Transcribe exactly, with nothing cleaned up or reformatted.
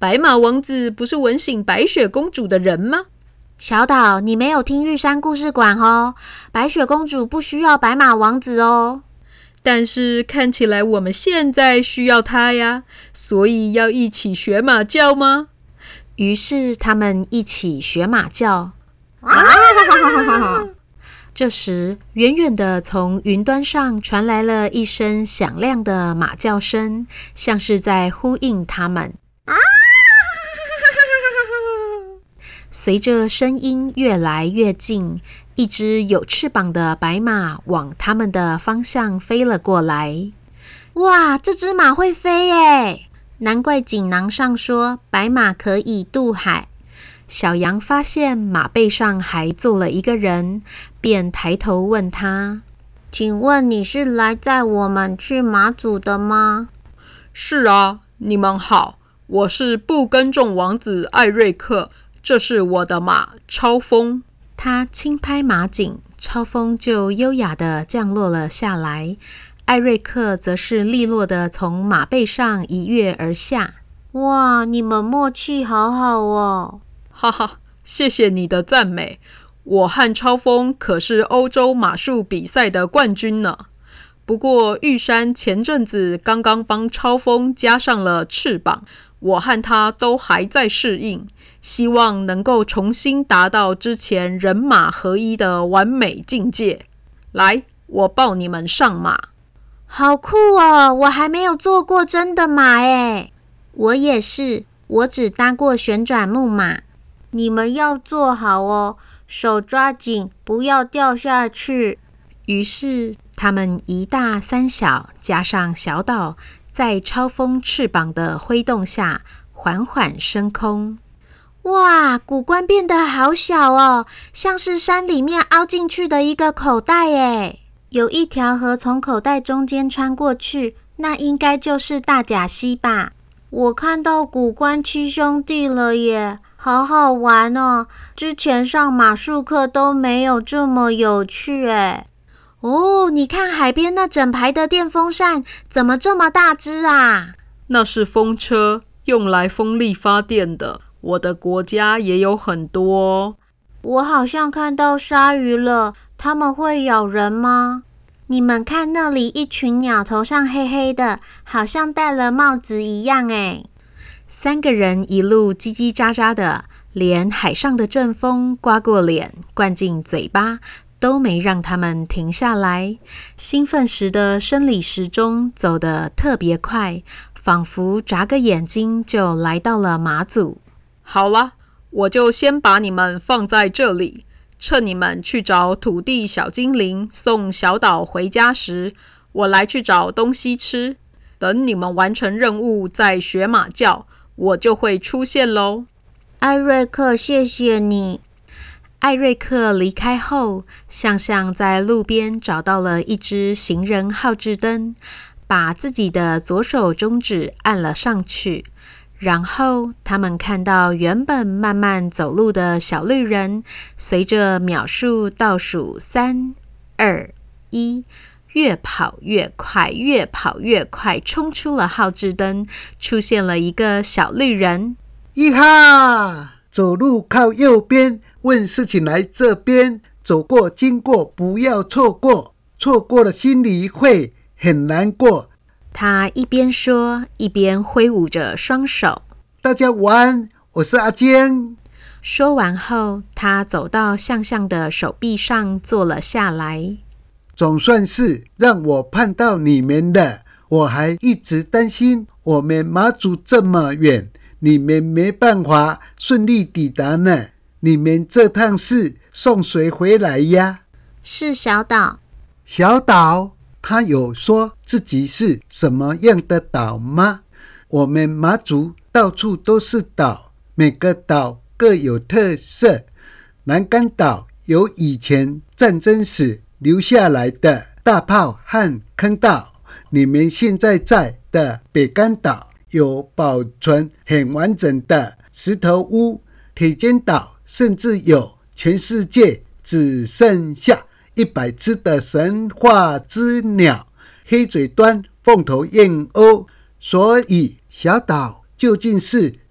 白马王子不是吻醒白雪公主的人吗？ 小岛，你没有听玉山故事馆哦，白雪公主不需要白马王子哦。 但是看起来我们现在需要他呀，所以要一起学马叫吗？ 于是他们一起学马叫。这时，远远的从云端上传来了一声响亮的马叫声，像是在呼应他们。随着声音越来越近，一只有翅膀的白马往他们的方向飞了过来。 哇，这只马会飞耶！难怪锦囊上说白马可以渡海。 小羊发现马背上还坐了一个人，便抬头问他： 请问你是来载我们去马祖的吗？ 是啊，你们好，我是不耕种王子艾瑞克，这是我的马超风。 他轻拍马颈，超风就优雅地降落了下来。艾瑞克则是利落地从马背上一跃而下。 哇，你们默契好好哦！ 哈哈，谢谢你的赞美。我和超风可是欧洲马术比赛的冠军呢。不过玉山前阵子刚刚帮超风加上了翅膀，我和他都还在适应，希望能够重新达到之前人马合一的完美境界。来，我抱你们上马。 好酷哦，我还没有坐过真的马耶。我也是，我只搭过旋转木马。你们要坐好哦，手抓紧，不要掉下去。 于是他们一大三小加上小岛，在超风翅膀的挥动下缓缓升空。 哇，古关变得好小哦，像是山里面凹进去的一个口袋耶。有一条河从口袋中间穿过去，那应该就是大甲溪吧。我看到古关七兄弟了耶，好好玩哦！之前上马术课都没有这么有趣耶。哦，你看海边那整排的电风扇怎么这么大只啊？ 那是风车，用来风力发电的。我的国家也有很多哦。 我好像看到鲨鱼了，它们会咬人吗？你们看那里一群鸟，头上黑黑的，好像戴了帽子一样诶。 三个人一路叽叽喳喳的，连海上的阵风刮过脸，灌进嘴巴，都没让他们停下来。兴奋时的生理时钟走得特别快，仿佛眨个眼睛就来到了马祖。 好了，我就先把你们放在这里，趁你们去找土地小精灵送小岛回家时，我来去找东西吃。等你们完成任务再学马叫，我就会出现咯。 艾瑞克，谢谢你。 艾瑞克离开后，向向在路边找到了一只行人号志灯，把自己的左手中指按了上去。然后他们看到原本慢慢走路的小绿人，随着秒数倒数三、二、一，越跑越快，越跑越快，冲出了号志灯，出现了一个小绿人。 一哈，走路靠右边，问事情来这边，走过经过不要错过，错过了心里会很难过。 他一边说，一边挥舞着双手。 大家晚安，我是阿坚。 说完后，他走到向向的手臂上坐了下来。 总算是让我盼到你们了，我还一直担心我们马祖这么远，你们没办法顺利抵达呢。你们这趟是送谁回来呀？ 是小岛。 小岛？他有说自己是什么样的岛吗？我们马祖到处都是岛，每个岛各有特色。南竿岛有以前战争时留下来的大炮和坑道，你们现在在的北竿岛有保存很完整的石头屋，铁尖岛甚至有全世界只剩下一百只的神话之鸟黑嘴端凤头燕鸥。所以小岛究竟是